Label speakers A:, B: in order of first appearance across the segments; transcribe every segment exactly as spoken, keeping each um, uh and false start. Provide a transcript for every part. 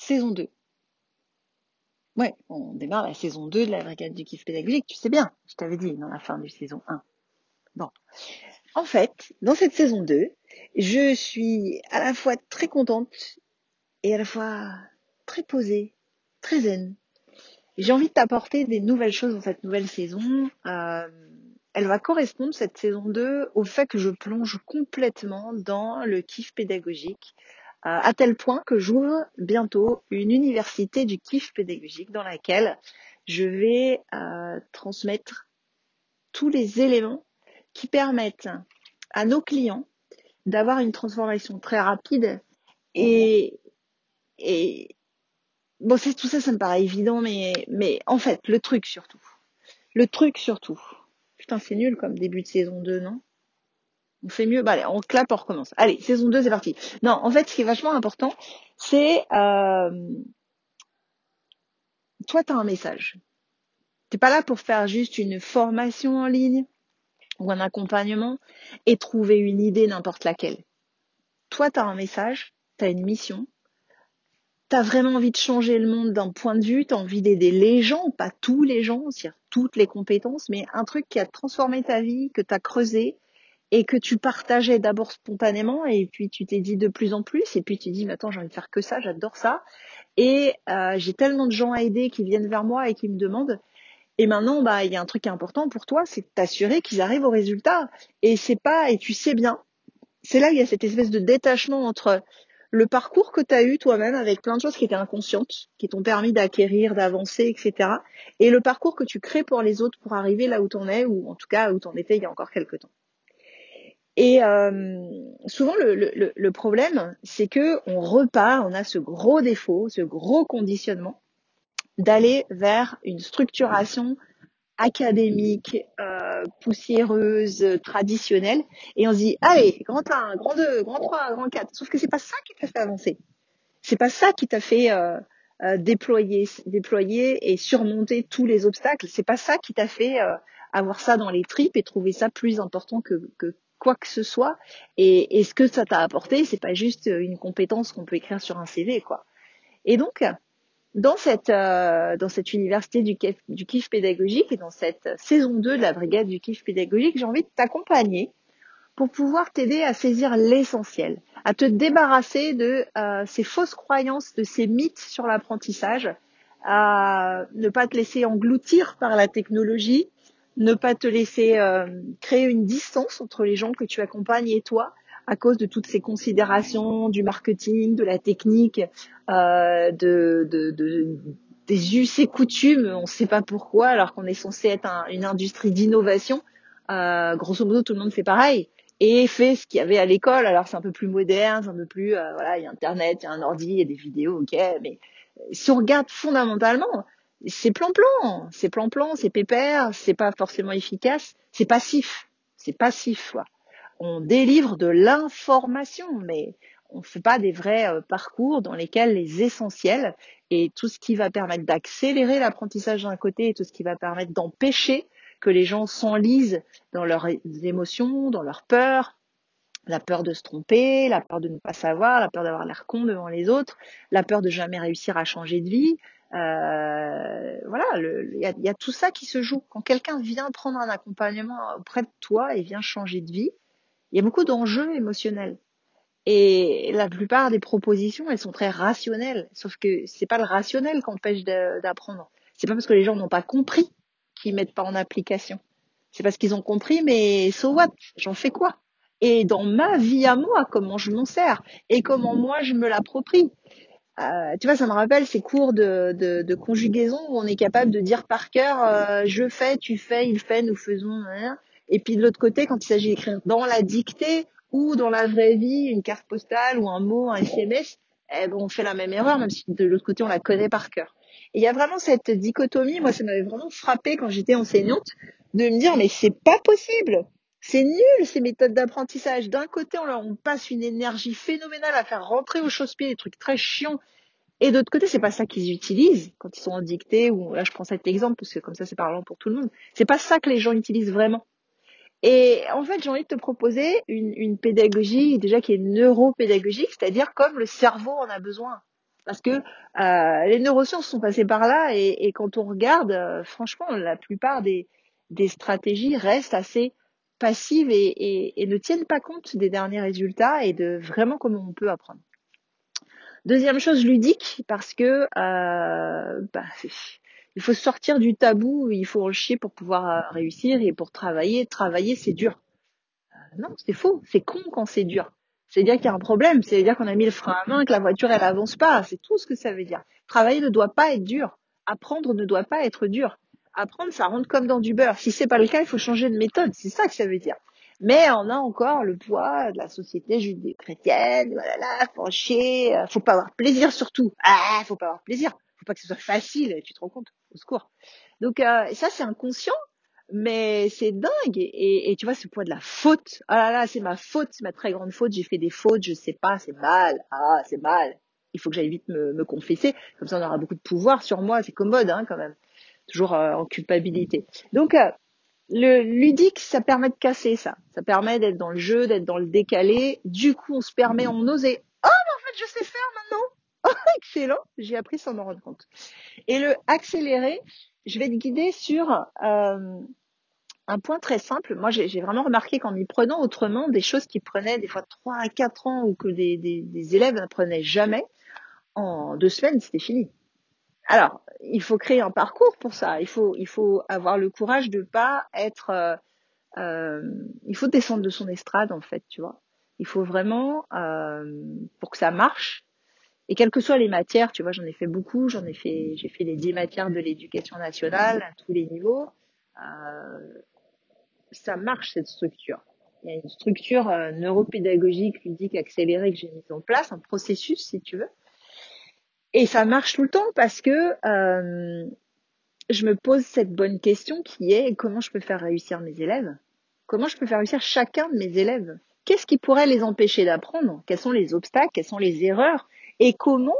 A: saison deux. Ouais, on démarre la saison deux de la Brigade du kiff pédagogique, tu sais bien, je t'avais dit dans la fin de saison un. Bon, en fait, dans cette saison deux, je suis à la fois très contente et à la fois très posée, très zen. J'ai envie de t'apporter des nouvelles choses dans cette nouvelle saison. Euh, elle va correspondre, cette saison deux, au fait que je plonge complètement dans le kiff pédagogique, euh, à tel point que j'ouvre bientôt une université du kiff pédagogique dans laquelle je vais euh, transmettre tous les éléments qui permettent à nos clients d'avoir une transformation très rapide et, et bon, c'est tout ça, ça me paraît évident, mais, mais en fait, le truc surtout, le truc surtout, putain, c'est nul comme début de saison deux, non? On fait mieux, bah allez, on clappe, on recommence. Allez, saison deux, c'est parti. Non, en fait, ce qui est vachement important, c'est, euh, toi, t'as un message. T'es pas là pour faire juste une formation en ligne ou un accompagnement et trouver une idée n'importe laquelle. Toi, t'as un message, t'as une mission, t'as vraiment envie de changer le monde d'un point de vue, t'as envie d'aider les gens, pas tous les gens, c'est-à-dire toutes les compétences, mais un truc qui a transformé ta vie, que t'as creusé et que tu partageais d'abord spontanément et puis tu t'es dit de plus en plus et puis tu dis mais attends, j'ai envie de faire que ça, j'adore ça et euh, j'ai tellement de gens à aider qui viennent vers moi et qui me demandent et maintenant bah il y a un truc qui est important pour toi, c'est de t'assurer qu'ils arrivent au résultat et c'est pas et tu sais bien, c'est là où il y a cette espèce de détachement entre le parcours que tu as eu toi-même avec plein de choses qui étaient inconscientes, qui t'ont permis d'acquérir, d'avancer, et cetera. Et le parcours que tu crées pour les autres pour arriver là où t'en es, ou en tout cas où t'en étais il y a encore quelques temps. Et euh, souvent le, le, le problème, c'est que on repart, on a ce gros défaut, ce gros conditionnement d'aller vers une structuration académique, euh, poussiéreuse, traditionnelle, et on se dit allez, grand un, grand deux, grand trois, grand quatre. Sauf que c'est pas ça qui t'a fait avancer. C'est pas ça qui t'a fait euh, euh, déployer, déployer et surmonter tous les obstacles. C'est pas ça qui t'a fait euh, avoir ça dans les tripes et trouver ça plus important que, que quoi que ce soit. Et, et ce que ça t'a apporté, c'est pas juste une compétence qu'on peut écrire sur un C V, quoi. Et donc, dans cette euh, dans cette université du kiff, du kiff pédagogique et dans cette saison deux de la brigade du kiff pédagogique, j'ai envie de t'accompagner pour pouvoir t'aider à saisir l'essentiel, à te débarrasser de euh, ces fausses croyances, de ces mythes sur l'apprentissage, à ne pas te laisser engloutir par la technologie, ne pas te laisser euh, créer une distance entre les gens que tu accompagnes et toi à cause de toutes ces considérations du marketing, de la technique, euh, de, de, de des us et coutumes, on ne sait pas pourquoi, alors qu'on est censé être un, une industrie d'innovation. Euh, grosso modo, tout le monde fait pareil et fait ce qu'il y avait à l'école. Alors c'est un peu plus moderne, c'est un peu plus, euh, voilà, il y a Internet, il y a un ordi, il y a des vidéos, ok. Mais si on regarde fondamentalement, c'est plan-plan, c'est plan-plan, c'est pépère, c'est pas forcément efficace, c'est passif, c'est passif, quoi. On délivre de l'information, mais on fait pas des vrais euh, parcours dans lesquels les essentiels et tout ce qui va permettre d'accélérer l'apprentissage d'un côté et tout ce qui va permettre d'empêcher que les gens s'enlisent dans leurs émotions, dans leurs peurs, la peur de se tromper, la peur de ne pas savoir, la peur d'avoir l'air con devant les autres, la peur de jamais réussir à changer de vie. Euh, voilà, il y a, y a tout ça qui se joue. Quand quelqu'un vient prendre un accompagnement auprès de toi et vient changer de vie, il y a beaucoup d'enjeux émotionnels. Et la plupart des propositions, elles sont très rationnelles. Sauf que c'est pas le rationnel qui empêche de, d'apprendre. C'est pas parce que les gens n'ont pas compris qu'ils mettent pas en application. C'est parce qu'ils ont compris, mais so what? J'en fais quoi? Et dans ma vie à moi, comment je m'en sers? Et comment moi je me l'approprie? Euh, tu vois, ça me rappelle ces cours de, de, de conjugaison où on est capable de dire par cœur euh, je fais, tu fais, il fait, nous faisons. Hein. Et puis de l'autre côté, quand il s'agit d'écrire dans la dictée ou dans la vraie vie, une carte postale ou un mot, un S M S, eh ben, on fait la même erreur, même si de l'autre côté on la connaît par cœur. Et il y a vraiment cette dichotomie. Moi, ça m'avait vraiment frappé quand j'étais enseignante de me dire mais c'est pas possible. C'est nul ces méthodes d'apprentissage. D'un côté, on leur on passe une énergie phénoménale à faire rentrer au chausse-pied des trucs très chiants et d'autre côté, c'est pas ça qu'ils utilisent quand ils sont en dictée ou là je prends cet exemple parce que comme ça c'est parlant pour tout le monde. C'est pas ça que les gens utilisent vraiment. Et en fait, j'ai envie de te proposer une, une pédagogie déjà qui est neuropédagogique, c'est-à-dire comme le cerveau en a besoin. Parce que euh, les neurosciences sont passées par là et, et quand on regarde, euh, franchement, la plupart des, des stratégies restent assez passives et, et, et ne tiennent pas compte des derniers résultats et de vraiment comment on peut apprendre. Deuxième chose, ludique, parce que euh, bah, il faut sortir du tabou, il faut en chier pour pouvoir euh, réussir et pour travailler. Travailler, c'est dur. Non, c'est faux. C'est con quand c'est dur. C'est-à-dire qu'il y a un problème. C'est-à-dire qu'on a mis le frein à main, que la voiture, elle avance pas. C'est tout ce que ça veut dire. Travailler ne doit pas être dur. Apprendre ne doit pas être dur. Apprendre, ça rentre comme dans du beurre. Si c'est pas le cas, il faut changer de méthode. C'est ça que ça veut dire. Mais on a encore le poids de la société judéo-chrétienne. Voilà, là, faut en chier. euh, Faut pas avoir plaisir surtout. Ah, faut pas avoir plaisir. Faut pas que ce soit facile. Tu te rends compte? Au secours. Donc euh, ça, c'est inconscient mais c'est dingue. Et, et tu vois, ce poids de la faute. Ah là là, c'est ma faute, c'est ma très grande faute. J'ai fait des fautes, je sais pas, c'est mal. Ah, c'est mal. Il faut que j'aille vite me, me confesser. Comme ça, on aura beaucoup de pouvoir sur moi. C'est commode, hein, quand même. Toujours euh, en culpabilité. Donc, euh, le ludique, ça permet de casser ça. Ça permet d'être dans le jeu, d'être dans le décalé. Du coup, on se permet, on ose. Et, oh, mais en fait, je sais faire maintenant. Excellent. J'ai appris sans m'en rendre compte. Et le accéléré, je vais te guider sur euh, un point très simple. Moi, j'ai j'ai vraiment remarqué qu'en m'y prenant autrement, des choses qui prenaient des fois trois à quatre ans ou que des, des, des élèves n'apprenaient jamais, en deux semaines, c'était fini. Alors, il faut créer un parcours pour ça. Il faut, il faut avoir le courage de pas être. Euh, euh, il faut descendre de son estrade, en fait, tu vois. Il faut vraiment, euh, pour que ça marche, et quelles que soient les matières, tu vois, j'en ai fait beaucoup. J'en ai fait, j'ai fait les dix matières de l'éducation nationale à tous les niveaux. Euh, ça marche cette structure. Il y a une structure euh, neuropédagogique, ludique, accélérée que j'ai mise en place, un processus si tu veux. Et ça marche tout le temps parce que euh, je me pose cette bonne question qui est comment je peux faire réussir mes élèves? Comment je peux faire réussir chacun de mes élèves? Qu'est-ce qui pourrait les empêcher d'apprendre? Quels sont les obstacles? Quelles sont les erreurs? Et comment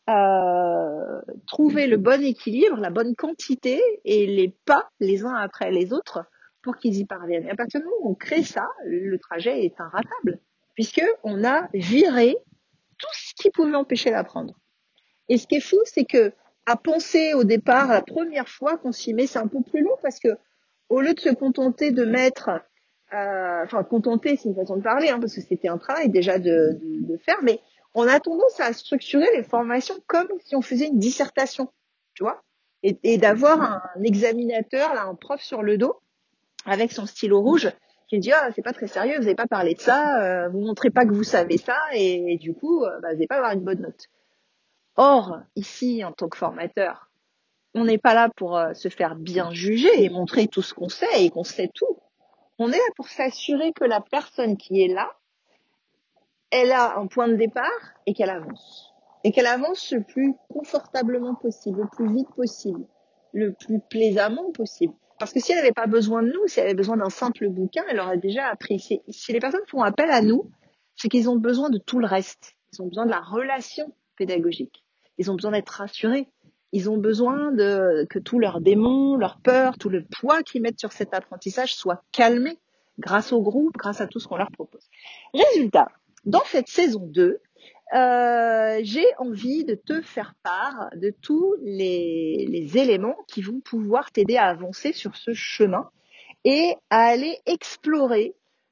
A: euh, trouver le bon équilibre, la bonne quantité et les pas les uns après les autres pour qu'ils y parviennent. Et à partir du moment où on crée ça, le trajet est inratable puisque on a viré tout ce qui pouvait empêcher d'apprendre. Et ce qui est fou, c'est que à penser au départ, la première fois qu'on s'y met, c'est un peu plus long parce que au lieu de se contenter de mettre, euh, enfin contenter, c'est une façon de parler, hein, parce que c'était un travail déjà de, de, de faire, mais on a tendance à structurer les formations comme si on faisait une dissertation, tu vois, et, et d'avoir un examinateur, là, un prof sur le dos avec son stylo rouge qui dit ah c'est pas très sérieux, vous n'avez pas parlé de ça, euh, vous montrez pas que vous savez ça et, et du coup euh, bah, vous n'allez pas avoir une bonne note. Or, ici, en tant que formateur, on n'est pas là pour euh, se faire bien juger et montrer tout ce qu'on sait et qu'on sait tout. On est là pour s'assurer que la personne qui est là, elle a un point de départ et qu'elle avance. Et qu'elle avance le plus confortablement possible, le plus vite possible, le plus plaisamment possible. Parce que si elle n'avait pas besoin de nous, si elle avait besoin d'un simple bouquin, elle aurait déjà appris. Si, si les personnes font appel à nous, c'est qu'ils ont besoin de tout le reste. Ils ont besoin de la relation pédagogique. Ils ont besoin d'être rassurés. Ils ont besoin de que tous leurs démons, leurs peurs, tout le poids qu'ils mettent sur cet apprentissage soit calmé grâce au groupe, grâce à tout ce qu'on leur propose. Résultat, dans cette saison deux, euh, j'ai envie de te faire part de tous les, les éléments qui vont pouvoir t'aider à avancer sur ce chemin et à aller explorer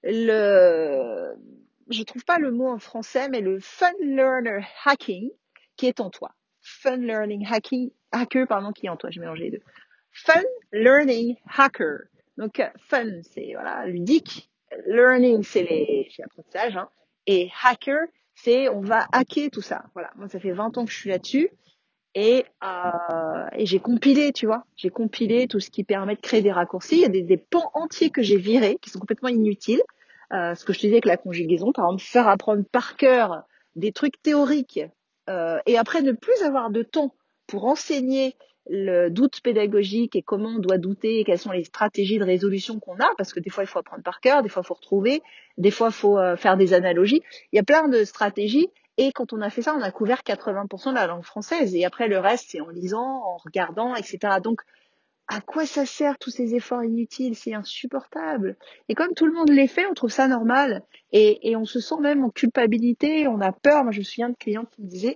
A: le, je trouve pas le mot en français, mais le fun learner hacking qui est en toi. Fun learning hacking, hacker, pardon, qui est en toi. J'ai mélangé les deux. Fun learning hacker. Donc, euh, fun, c'est, voilà, ludique. Learning, c'est les, c'est l'apprentissage, hein. Et hacker, c'est, on va hacker tout ça. Voilà. Moi, ça fait vingt ans que je suis là-dessus. Et, euh, et j'ai compilé, tu vois, j'ai compilé tout ce qui permet de créer des raccourcis. Il y a des, des pans entiers que j'ai virés, qui sont complètement inutiles. Euh, ce que je te disais avec la conjugaison, par exemple, faire apprendre par cœur des trucs théoriques euh, et après ne plus avoir de temps pour enseigner le doute pédagogique et comment on doit douter et quelles sont les stratégies de résolution qu'on a, parce que des fois il faut apprendre par cœur, des fois il faut retrouver, des fois il faut euh, faire des analogies. Il y a plein de stratégies et quand on a fait ça, on a couvert quatre-vingts pour cent de la langue française. Et après, le reste, c'est en lisant, en regardant, et cetera. Donc, à quoi ça sert tous ces efforts inutiles? C'est insupportable. Et comme tout le monde les fait, on trouve ça normal. Et, et on se sent même en culpabilité, on a peur. Moi, je me souviens de clients qui me disaient,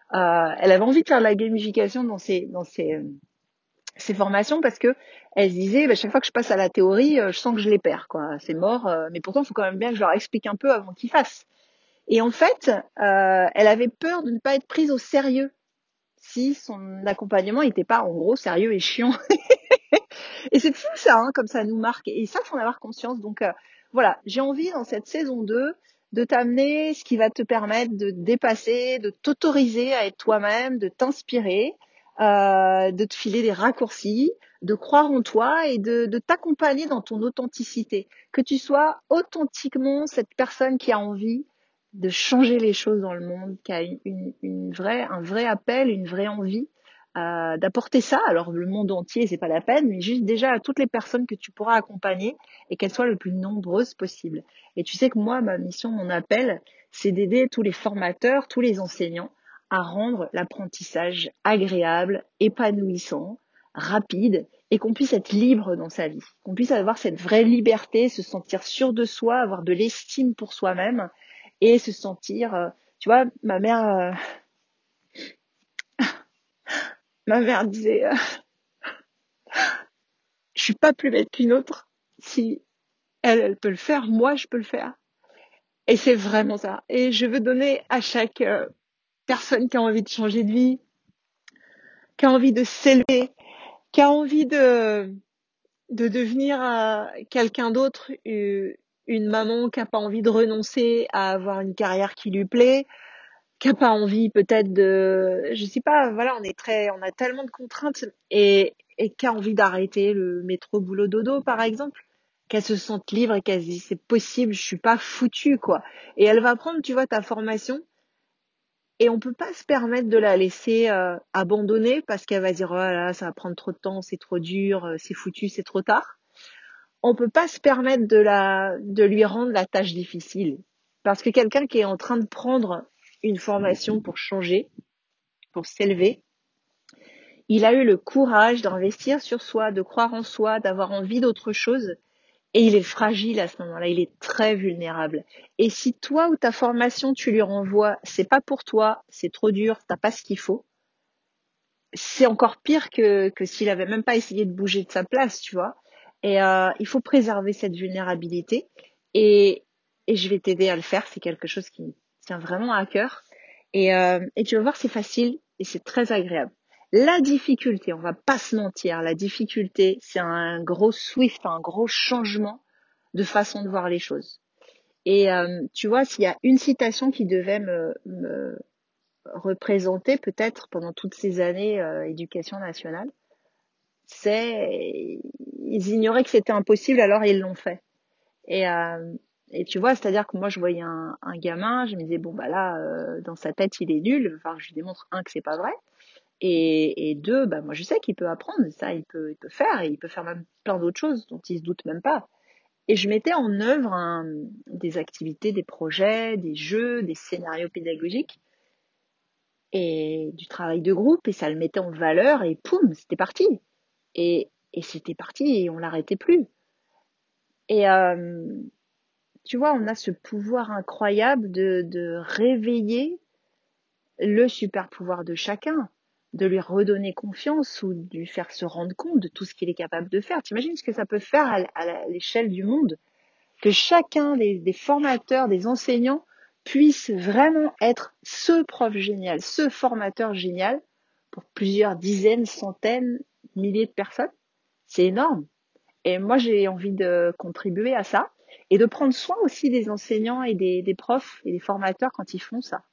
A: Euh, elle avait envie de faire de la gamification dans ses dans ses euh, ses formations parce que elle se disait bah, chaque fois que je passe à la théorie, euh, je sens que je les perds quoi, c'est mort. Euh, mais pourtant, il faut quand même bien que je leur explique un peu avant qu'ils fassent. Et en fait, euh, elle avait peur de ne pas être prise au sérieux si son accompagnement n'était pas en gros sérieux et chiant. Et c'est fou ça, hein, comme ça nous marque. Et ça, faut en avoir conscience. Donc euh, voilà, j'ai envie dans cette saison deux de t'amener ce qui va te permettre de dépasser, de t'autoriser à être toi-même, de t'inspirer, euh, de te filer des raccourcis, de croire en toi et de, de t'accompagner dans ton authenticité. Que tu sois authentiquement cette personne qui a envie de changer les choses dans le monde, qui a une, une, une vraie, un vrai appel, une vraie envie euh, d'apporter ça. Alors le monde entier, c'est pas la peine, mais juste déjà à toutes les personnes que tu pourras accompagner et qu'elles soient le plus nombreuses possible. Et tu sais que moi, ma mission, mon appel, c'est d'aider tous les formateurs, tous les enseignants à rendre l'apprentissage agréable, épanouissant, rapide et qu'on puisse être libre dans sa vie, qu'on puisse avoir cette vraie liberté, se sentir sûr de soi, avoir de l'estime pour soi-même et se sentir, euh, tu vois, ma mère, euh, ma mère disait, euh, je suis pas plus bête qu'une autre. Si elle, elle peut le faire, moi, je peux le faire. Et c'est vraiment ça. Et je veux donner à chaque euh, personne qui a envie de changer de vie, qui a envie de s'élever, qui a envie de, de devenir euh, quelqu'un d'autre, euh, une maman qui a pas envie de renoncer à avoir une carrière qui lui plaît, qui a pas envie peut-être de, je sais pas, voilà, on est très, on a tellement de contraintes et, et qui a envie d'arrêter le métro boulot dodo par exemple, qu'elle se sente libre et qu'elle se dise c'est possible, je suis pas foutue quoi. Et elle va prendre, tu vois, ta formation et on peut pas se permettre de la laisser euh, abandonner parce qu'elle va dire oh là là, ça va prendre trop de temps, c'est trop dur, euh, c'est foutu, c'est trop tard. On peut pas se permettre de la, de lui rendre la tâche difficile parce que quelqu'un qui est en train de prendre une formation pour changer, pour s'élever, il a eu le courage d'investir sur soi, de croire en soi, d'avoir envie d'autre chose. Et il est fragile à ce moment-là, il est très vulnérable. Et si toi ou ta formation, tu lui renvoies, c'est pas pour toi, c'est trop dur, t'as pas ce qu'il faut, c'est encore pire que, que s'il avait même pas essayé de bouger de sa place, tu vois. Et euh, il faut préserver cette vulnérabilité. Et, et je vais t'aider à le faire, c'est quelque chose qui me tient vraiment à cœur. Et, euh, et tu vas voir, c'est facile et c'est très agréable. La difficulté, on va pas se mentir, la difficulté, c'est un gros swift, un gros changement de façon de voir les choses. Et euh, tu vois, s'il y a une citation qui devait me, me représenter peut-être pendant toutes ces années euh, éducation nationale, c'est ils ignoraient que c'était impossible, alors ils l'ont fait. Et, euh, et tu vois, c'est-à-dire que moi je voyais un, un gamin, je me disais bon bah là euh, dans sa tête il est nul, enfin je lui démontre un que c'est pas vrai, et, et deux bah moi je sais qu'il peut apprendre, ça il peut il peut faire, et il peut faire même plein d'autres choses dont il se doute même pas. Et je mettais en œuvre un, des activités, des projets, des jeux, des scénarios pédagogiques et du travail de groupe et ça le mettait en valeur et poum, c'était parti. Et, et c'était parti et on l'arrêtait plus. Et euh, tu vois, on a ce pouvoir incroyable de, de réveiller le super pouvoir de chacun, de lui redonner confiance ou de lui faire se rendre compte de tout ce qu'il est capable de faire. T'imagines ce que ça peut faire à, à l'échelle du monde? Que chacun des, des formateurs, des enseignants puisse vraiment être ce prof génial, ce formateur génial pour plusieurs dizaines, centaines, milliers de personnes. C'est énorme. Et moi, j'ai envie de contribuer à ça et de prendre soin aussi des enseignants et des, des profs et des formateurs quand ils font ça.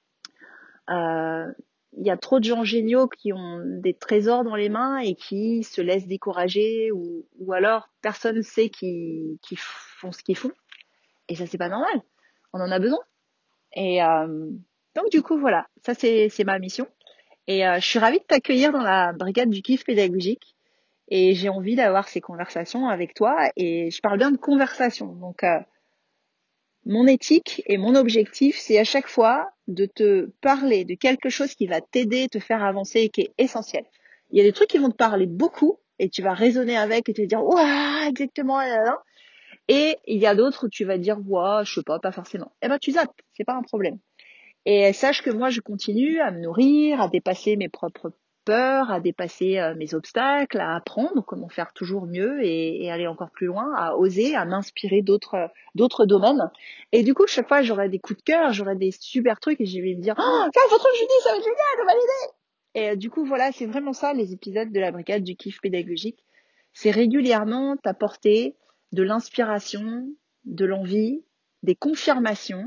A: Euh, il y a trop de gens géniaux qui ont des trésors dans les mains et qui se laissent décourager ou, ou alors personne ne sait qu'ils qui font ce qu'ils font. Et ça, c'est pas normal. On en a besoin. Et euh, donc, du coup, voilà. Ça, c'est, c'est ma mission. Et euh, je suis ravie de t'accueillir dans la brigade du kiff pédagogique. Et j'ai envie d'avoir ces conversations avec toi. Et je parle bien de conversation. Donc, euh, mon éthique et mon objectif, c'est à chaque fois de te parler de quelque chose qui va t'aider, te faire avancer et qui est essentiel. Il y a des trucs qui vont te parler beaucoup et tu vas raisonner avec et te dire, ouah, exactement, là, là, là. Et il y a d'autres où tu vas dire, ouah, je sais pas, pas forcément. Eh ben, tu zappes, c'est pas un problème. Et sache que moi, je continue à me nourrir, à dépasser mes propres peurs, à dépasser euh, mes obstacles, à apprendre comment faire toujours mieux et, et aller encore plus loin, à oser, à m'inspirer d'autres d'autres domaines. Et du coup, chaque fois, j'aurai des coups de cœur, j'aurai des super trucs et je vais me dire, oh, tiens, votre truc, je dis, ça va être génial, on va l'aider. Et euh, du coup, voilà, c'est vraiment ça, les épisodes de la brigade du kiff pédagogique. C'est régulièrement t'apporter de l'inspiration, de l'envie, des confirmations.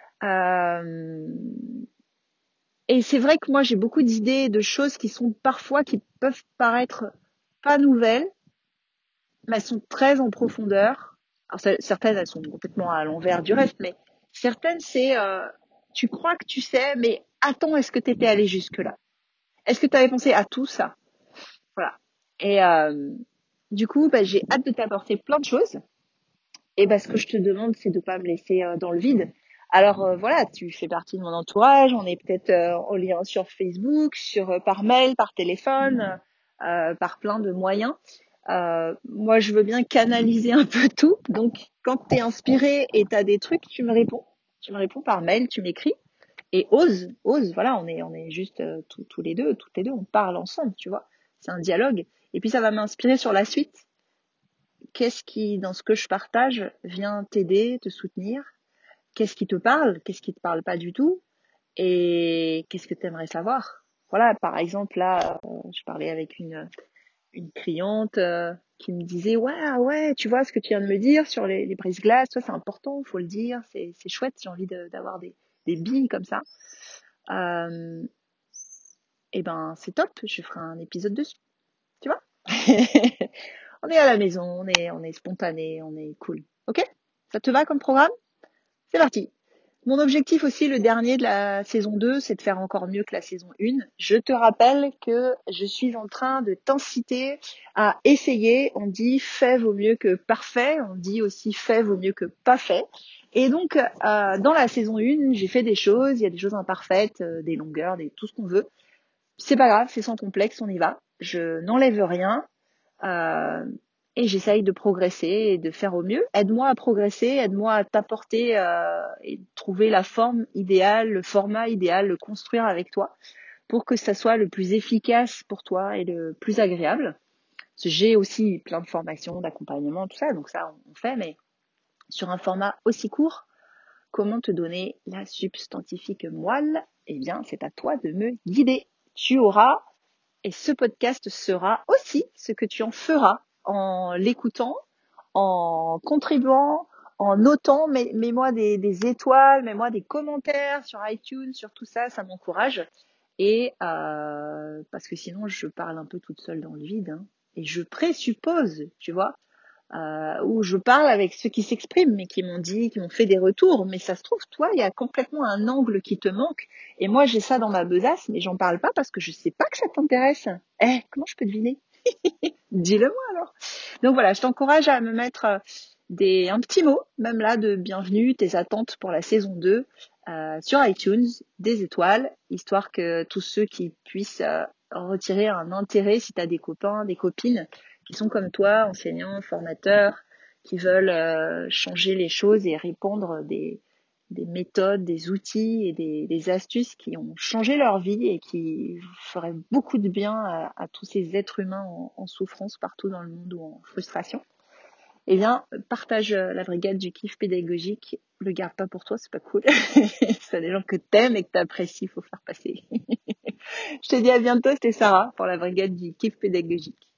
A: Euh, et c'est vrai que moi, j'ai beaucoup d'idées, de choses qui sont parfois, qui peuvent paraître pas nouvelles, mais elles sont très en profondeur. Alors, certaines, elles sont complètement à l'envers du reste, mais certaines, c'est, euh, tu crois que tu sais, mais attends, est-ce que tu étais allé jusque-là? Est-ce que tu avais pensé à tout ça? Voilà. Et euh, du coup, bah, j'ai hâte de t'apporter plein de choses. Et bah, ce que je te demande, c'est de pas me laisser euh, dans le vide. Alors euh, voilà, tu fais partie de mon entourage, on est peut-être euh, en lien sur Facebook, sur euh, par mail, par téléphone, euh, par plein de moyens. Euh, moi, je veux bien canaliser un peu tout. Donc, quand tu es inspiré et tu as des trucs, tu me réponds. Tu me réponds par mail, tu m'écris. Et ose, ose, voilà, on est, on est juste euh, tous, tous les deux, toutes les deux, on parle ensemble, tu vois. C'est un dialogue. Et puis, ça va m'inspirer sur la suite. Qu'est-ce qui, dans ce que je partage, vient t'aider, te soutenir? Qu'est-ce qui te parle? Qu'est-ce qui te parle pas du tout? Et qu'est-ce que tu aimerais savoir? Voilà, par exemple, là, euh, je parlais avec une, une cliente euh, qui me disait, ouais, ah ouais, tu vois ce que tu viens de me dire sur les, les brise-glaces, toi, c'est important, faut le dire, c'est, c'est chouette, j'ai envie de, d'avoir des, des billes comme ça. Euh, et ben, c'est top, je ferai un épisode dessus, tu vois? On est à la maison, on est, on est spontané, on est cool. Ok? Ça te va comme programme? C'est parti. Mon objectif aussi, le dernier de la saison deux, c'est de faire encore mieux que la saison un. Je te rappelle que je suis en train de t'inciter à essayer. On dit fait vaut mieux que parfait. On dit aussi fait vaut mieux que pas fait. Et donc, euh, dans la saison un, j'ai fait des choses. Il y a des choses imparfaites, euh, des longueurs, des, tout ce qu'on veut. C'est pas grave, c'est sans complexe, on y va. Je n'enlève rien. Euh, et j'essaye de progresser et de faire au mieux. Aide-moi à progresser, aide-moi à t'apporter euh, et trouver la forme idéale, le format idéal, le construire avec toi pour que ça soit le plus efficace pour toi et le plus agréable. Parce que j'ai aussi plein de formations, d'accompagnement, tout ça, donc ça on fait, mais sur un format aussi court, comment te donner la substantifique moelle? Eh bien, c'est à toi de me guider. Tu auras et ce podcast sera aussi ce que tu en feras en l'écoutant, en contribuant, en notant. Mets, mets-moi des, des étoiles, mets-moi des commentaires sur iTunes, sur tout ça, ça m'encourage. Et euh, parce que sinon, je parle un peu toute seule dans le vide. Hein. Et je présuppose, tu vois, euh, où je parle avec ceux qui s'expriment, mais qui m'ont dit, qui m'ont fait des retours. Mais ça se trouve, toi, il y a complètement un angle qui te manque. Et moi, j'ai ça dans ma besace, mais j'en parle pas parce que je sais pas que ça t'intéresse. Eh, comment je peux deviner? Dis-le-moi alors. Donc voilà, je t'encourage à me mettre euh, des, un petit mot, même là, de bienvenue, tes attentes pour la saison deux euh, sur iTunes, des étoiles, histoire que tous ceux qui puissent euh, retirer un intérêt, si tu as des copains, des copines qui sont comme toi, enseignants, formateurs, qui veulent euh, changer les choses et répondre des, des méthodes, des outils et des, des astuces qui ont changé leur vie et qui feraient beaucoup de bien à, à tous ces êtres humains en, en souffrance partout dans le monde ou en frustration. Eh bien, partage la brigade du kiff pédagogique. Le garde pas pour toi, c'est pas cool. C'est des gens que t'aimes et que t'apprécies, faut faire passer. Je te dis à bientôt, c'était Sarah pour la brigade du kiff pédagogique.